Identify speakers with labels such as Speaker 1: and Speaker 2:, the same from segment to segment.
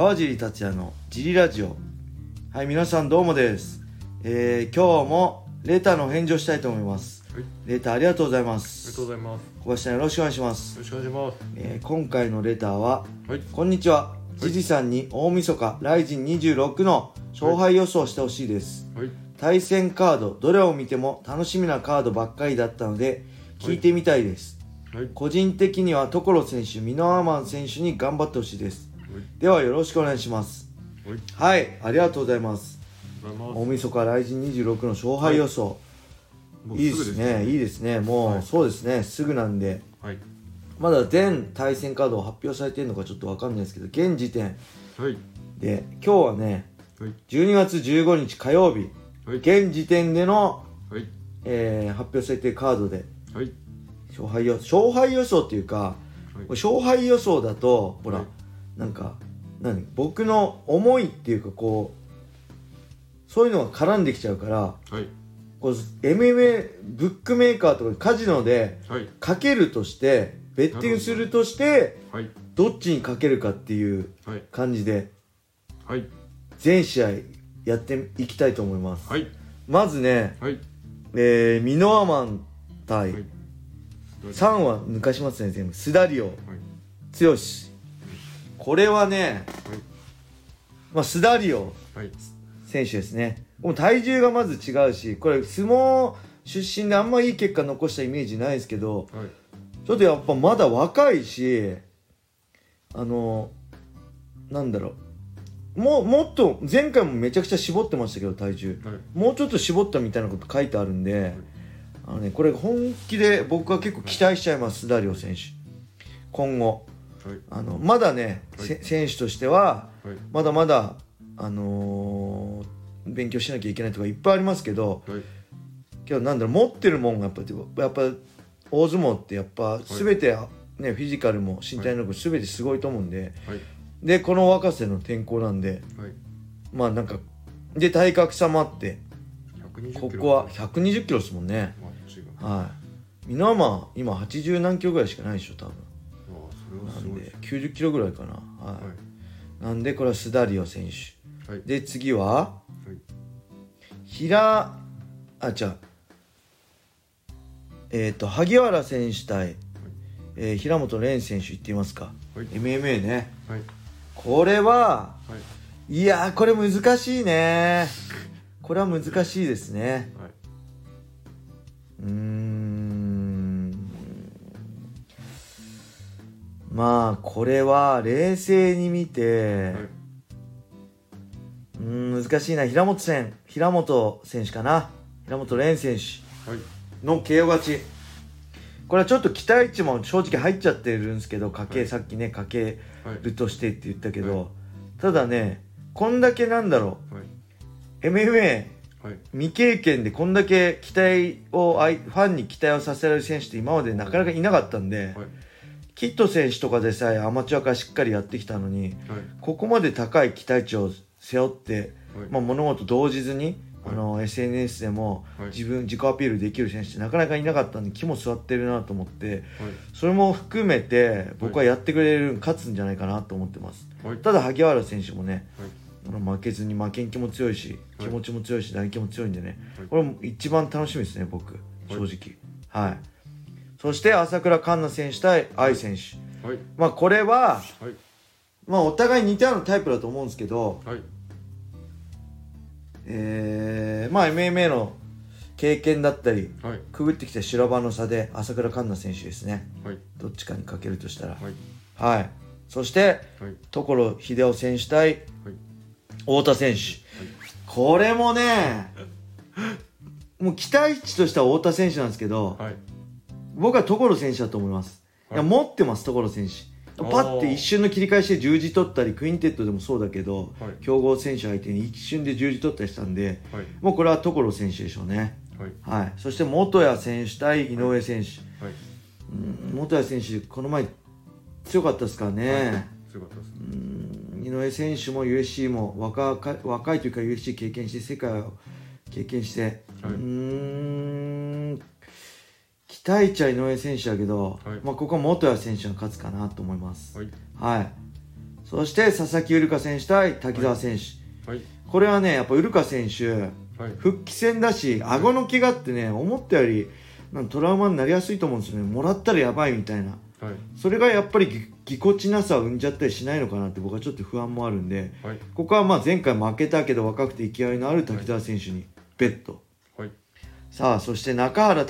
Speaker 1: 川尻達也のジリラジオ。はい、皆さんどうもです。今日もレターの返事をしたいと思います。
Speaker 2: はい、
Speaker 1: レターありがとうございます。
Speaker 2: ありがとうございます。
Speaker 1: 小林さんよろしくお願いします。
Speaker 2: よろしくお願いします。
Speaker 1: 今回のレターは、
Speaker 2: はい、
Speaker 1: こんにちは。ジジさんに大晦日ライジン26の勝敗予想してほしいです。
Speaker 2: はい、
Speaker 1: 対戦カードどれを見ても楽しみなカードばっかりだったので聞いてみたいです。
Speaker 2: はい、
Speaker 1: 個人的には所選手、ミノアマン選手に頑張ってほしいです。ではよろしくお願いします。はい、ありがとうございます。大晦日ライジン26の勝敗予想、いいですね、いいですね。もう、そうですね、すぐなんで、
Speaker 2: はい、
Speaker 1: まだ全対戦カードを発表されているのかちょっと分かんないですけど、現時点で、今日はね、12月15日火曜日、現時点での、発表されているカードで、勝敗予想っていうか、勝敗予想だとほら、なんか僕の思いっていうか、こうそういうのが絡んできちゃうから、こう MMA ブックメーカーとかカジノでかけるとして、ベッティングするとして、どっちにかけるかっていう感じで、全試合やっていきたいと思います。まずね、ミノアマン対3は抜かしますね、全部。スダリオ、剛、これはね、スダリオ選手ですね。もう体重がまず違うし、これ相撲出身であんまいい結果残したイメージないですけど、ちょっとやっぱまだ若いし、なんだろう、もっと前回もめちゃくちゃ絞ってましたけど、体重、もうちょっと絞ったみたいなこと書いてあるんで、これ本気で僕は結構期待しちゃいます、スダリオ選手。今後、まだね、選手としては、まだまだ、勉強しなきゃいけないとかいっぱいありますけど、けどなんだろう、持ってるもんがやっぱ大相撲ってやっぱ全て、ね、フィジカルも身体能力全てすごいと思うんで、でこの若さの転向なんで、まあなんかで体格差もあって、ここは120キロですもんね。ミノアマン今80何キロぐらいしかないでしょ多分。なんで90キロぐらいかな。なんでこれはスダリオ選手、で次は、萩原選手対、平本蓮選手いってみますか。MMA ね、これは、いやーこれ難しいね。これは難しいですね。まあこれは冷静に見て、難しいな。平本選手かな。平本蓮選手の KO 勝ち。これはちょっと期待値も正直入っちゃってるんですけど、さっきねかけるとしてって言ったけど、ただね、こんだけなんだろう、MMA未経験でこんだけ期待をファンに期待をさせられる選手って今までなかなかいなかったんで、キッド選手とかでさえアマチュアからしっかりやってきたのに、ここまで高い期待値を背負って、物事動じずに、SNS でも自己アピールできる選手ってなかなかいなかったんで、気も座ってるなと思って、それも含めて僕はやってくれる、勝つんじゃないかなと思ってます。ただ萩原選手もね、負けずに負けん気も強いし、気持ちも強いし、打撃も強いんでね、これも一番楽しみですね、僕正直。そして朝倉環奈選手対愛選手、これは、お互い似たようなタイプだと思うんですけど、MMA の経験だったり、くぐってきた修羅場の差で朝倉環奈選手ですね、どっちかにかけるとしたら。そして、所秀夫選手対太田選手、これもね、もう期待値としては太田選手なんですけど、僕は所選手だと思います。いや、持ってます、所選手。パッて一瞬の切り返しで十字取ったり、クインテッドでもそうだけど、強豪選手相手に一瞬で十字取ったりしたんで、もうこれは所選手でしょうね。そして本谷選手対井上選手、本谷選手この前強かったですからね。井上選手も UFC も若いというか UFC 経験して、世界を経験して、期待値は井上選手だけど、ここは本谷選手が勝つかなと思います。 そして佐々木ウルカ選手対滝沢選手、はい、これはねやっぱウルカ選手、はい、復帰戦だし顎の怪我ってね思ったよりトラウマになりやすいと思うんですよね。もらったらやばいみたいな、はい、それがやっぱりぎこちなさを生んじゃったりしないのかなって僕はちょっと不安もあるんで、はい、ここはまあ前回負けたけど若くて勢いのある滝沢選手にベット、はい、さあそして中原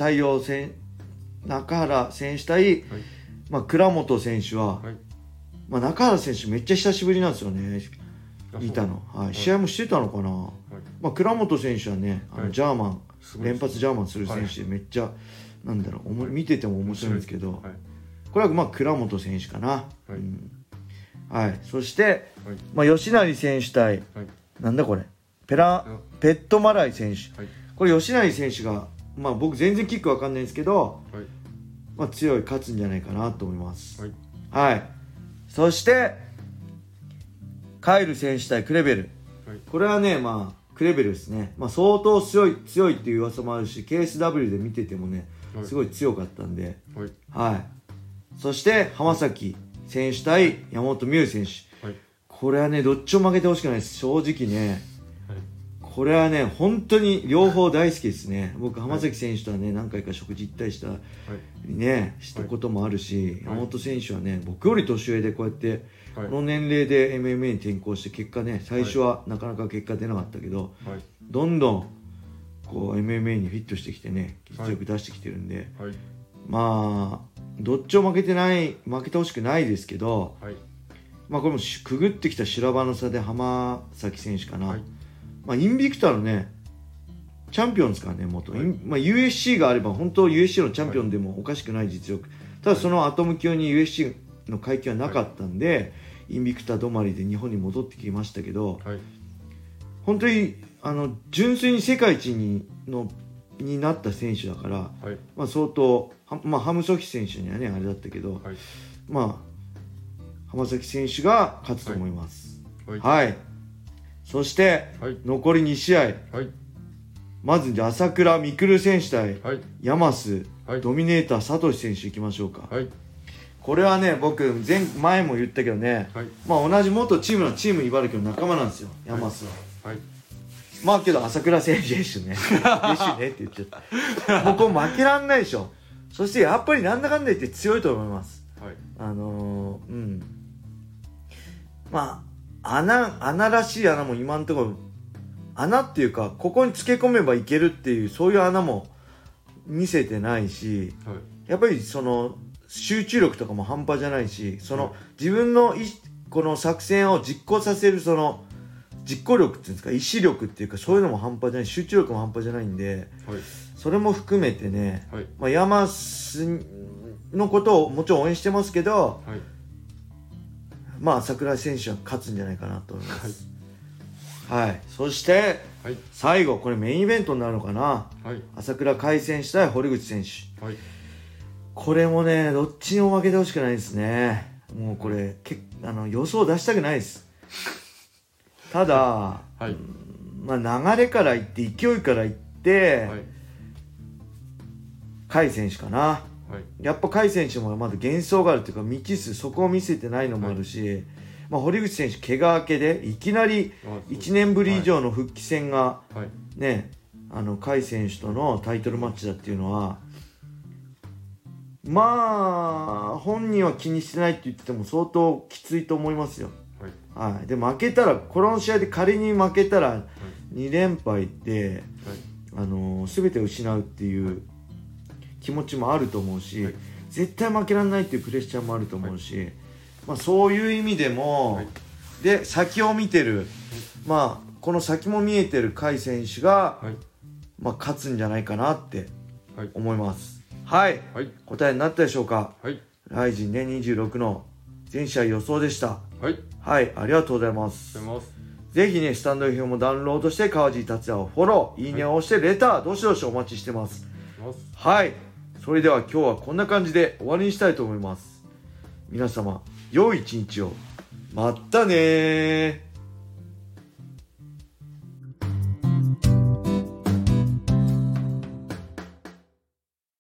Speaker 1: 選手対、はい、まあ、倉本選手は、はい、まあ、中原選手めっちゃ久しぶりなんですよね見たの、はいはい、試合もしてたのかな、はい、まあ、倉本選手はねジャーマン連発ジャーマンする選手でめっちゃ、なんだろう見てても面白いんですけど、はい、これはまあ倉本選手かな、はいはい、そして、はい、まあ、吉成選手対、はい、なんだこれペットマライ選手、はい、これ吉成選手が、まあ、僕全然キックわかんないんですけど、はい、まあ、強い勝つんじゃないかなと思います、はいはい、そしてカイル選手対クレベル、はい、これはねまあクレベルですね、まあ、相当強いっていう噂もあるし KSW で見ててもねすごい強かったんで、はいはい、そして浜崎選手対山本美宇選手、はい、これはねどっちも負けてほしくないです。正直ね、はい、これはね本当に両方大好きですね。僕浜崎選手とはね何回か食事行ったりしたこともあるし、山本選手はね僕より年上でこうやってこの年齢で MMA に転向して結果ね最初はなかなか結果出なかったけど、はい、どんどんこう MMA にフィットしてきてね実力出してきてるんで、はい、まあどっちも負けてほしくないですけど、はい、まあこれもくぐってきた修羅場の差で浜崎選手かな、はい、まあ、インビクターのねチャンピオンですからね元、はい、まあ、USC があれば本当 USC のチャンピオンでもおかしくない実力、ただその後向きに USC の階級はなかったんで、はい、インビクター止まりで日本に戻ってきましたけど、はい、本当に純粋に世界一になった選手だから、はい、まあ、相当まあ、ハムソヒ選手にはねあれだったけど、はい、まあ浜崎選手が勝つと思います、はいはい、そして、はい、残り2試合、はい、まず朝倉未来選手対、はい、山須、はい、ドミネーターサトシ選手いきましょうか、はい、これはね僕前も言ったけどね、はい、まあ、同じ元チーム茨城の仲間なんですよ山須は、はいはい、まあけど朝倉選手ですねですねって言っちゃったもうこれ負けらんないでしょ。そしてやっぱりなんだかんだ言って強いと思います、はい、まあ穴らしい穴も今のところ穴っていうかここにつけ込めばいけるっていうそういう穴も見せてないし、はい、やっぱりその集中力とかも半端じゃないしその、はい、自分のこの作戦を実行させるその実行力っていうんですか意志力っていうかそういうのも半端じゃない集中力も半端じゃないんで、はい、それも含めてね、はい、まあ、山須のことをもちろん応援してますけど、はい、まあ朝倉選手は勝つんじゃないかなと思います、はいはい、そして、はい、最後これメインイベントになるのかな、はい、朝倉海選手対堀口選手、はい、これもねどっちにも負けてほしくないですね。もうこれ予想出したくないです。ただ、はい、まあ、流れからいって勢いからいって、はい、甲斐選手かな、はい、やっぱ甲斐選手もまだ幻想があるというか未知数そこを見せてないのもあるし、はい、まあ、堀口選手怪我明けでいきなり1年ぶり以上の復帰戦が、はい、ね、甲斐選手とのタイトルマッチだっていうのはまあ本人は気にしてないって言ってても相当きついと思いますよ。はいはい、で負けたらこの試合で仮に負けたら2連敗で、はい、全てを失うっていう気持ちもあると思うし、はい、絶対負けられないっていうプレッシャーもあると思うし、はい、まあ、そういう意味でも、はい、で先を見てる、まあ、この先も見えてる甲斐選手が、はい、まあ、勝つんじゃないかなって思います。はい、はい、答えになったでしょうか。はい、ライジンね26の全試合予想でした。はい、はい、ありがとうございます。ぜひねスタンド FM もダウンロードして川尻達也をフォローいいねを押してレターどしどしお待ちしてます。はい、それでは今日はこんな感じで終わりにしたいと思います。皆様良い一日を。またねー。